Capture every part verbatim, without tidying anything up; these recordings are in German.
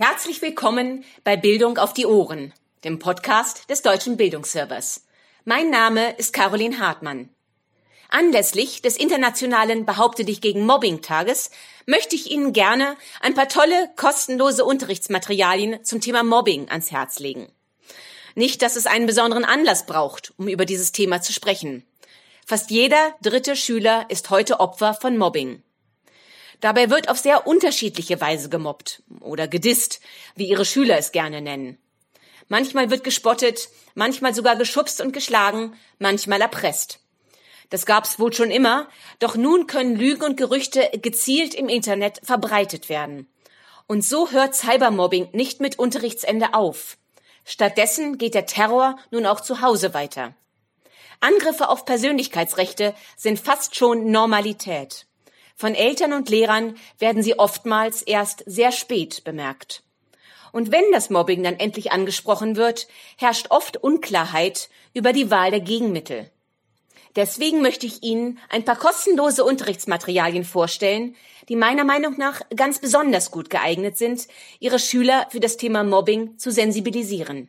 Herzlich willkommen bei Bildung auf die Ohren, dem Podcast des Deutschen Bildungsservers. Mein Name ist Caroline Hartmann. Anlässlich des internationalen Behaupte dich gegen Mobbing-Tages möchte ich Ihnen gerne ein paar tolle, kostenlose Unterrichtsmaterialien zum Thema Mobbing ans Herz legen. Nicht, dass es einen besonderen Anlass braucht, um über dieses Thema zu sprechen. Fast jeder dritte Schüler ist heute Opfer von Mobbing. Dabei wird auf sehr unterschiedliche Weise gemobbt oder gedisst, wie Ihre Schüler es gerne nennen. Manchmal wird gespottet, manchmal sogar geschubst und geschlagen, manchmal erpresst. Das gab's wohl schon immer, doch nun können Lügen und Gerüchte gezielt im Internet verbreitet werden. Und so hört Cybermobbing nicht mit Unterrichtsende auf. Stattdessen geht der Terror nun auch zu Hause weiter. Angriffe auf Persönlichkeitsrechte sind fast schon Normalität. Von Eltern und Lehrern werden sie oftmals erst sehr spät bemerkt. Und wenn das Mobbing dann endlich angesprochen wird, herrscht oft Unklarheit über die Wahl der Gegenmittel. Deswegen möchte ich Ihnen ein paar kostenlose Unterrichtsmaterialien vorstellen, die meiner Meinung nach ganz besonders gut geeignet sind, Ihre Schüler für das Thema Mobbing zu sensibilisieren.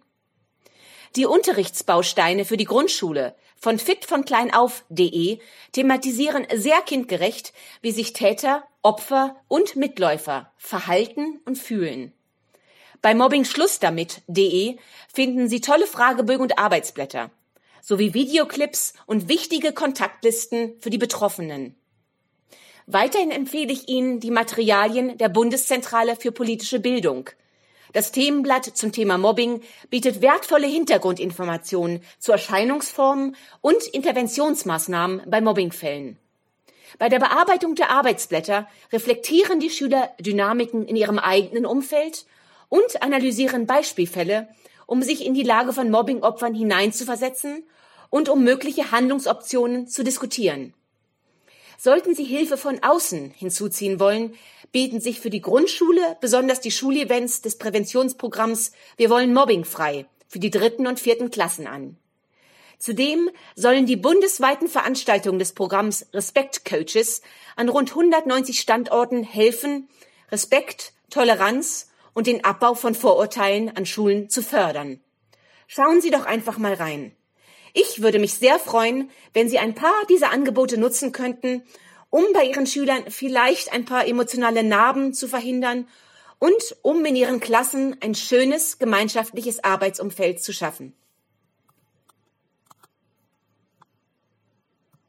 Die Unterrichtsbausteine für die Grundschule von fit von klein auf punkt de thematisieren sehr kindgerecht, wie sich Täter, Opfer und Mitläufer verhalten und fühlen. Bei mobbing schluss damit punkt de finden Sie tolle Fragebögen und Arbeitsblätter, sowie Videoclips und wichtige Kontaktlisten für die Betroffenen. Weiterhin empfehle ich Ihnen die Materialien der Bundeszentrale für politische Bildung. Das Themenblatt zum Thema Mobbing bietet wertvolle Hintergrundinformationen zu Erscheinungsformen und Interventionsmaßnahmen bei Mobbingfällen. Bei der Bearbeitung der Arbeitsblätter reflektieren die Schüler Dynamiken in ihrem eigenen Umfeld und analysieren Beispielfälle, um sich in die Lage von Mobbingopfern hineinzuversetzen und um mögliche Handlungsoptionen zu diskutieren. Sollten Sie Hilfe von außen hinzuziehen wollen, bieten sich für die Grundschule besonders die Schulevents des Präventionsprogramms Wir wollen Mobbing frei für die dritten und vierten Klassen an. Zudem sollen die bundesweiten Veranstaltungen des Programms Respekt Coaches an rund hundertneunzig Standorten helfen, Respekt, Toleranz und den Abbau von Vorurteilen an Schulen zu fördern. Schauen Sie doch einfach mal rein. Ich würde mich sehr freuen, wenn Sie ein paar dieser Angebote nutzen könnten, um bei Ihren Schülern vielleicht ein paar emotionale Narben zu verhindern und um in Ihren Klassen ein schönes gemeinschaftliches Arbeitsumfeld zu schaffen.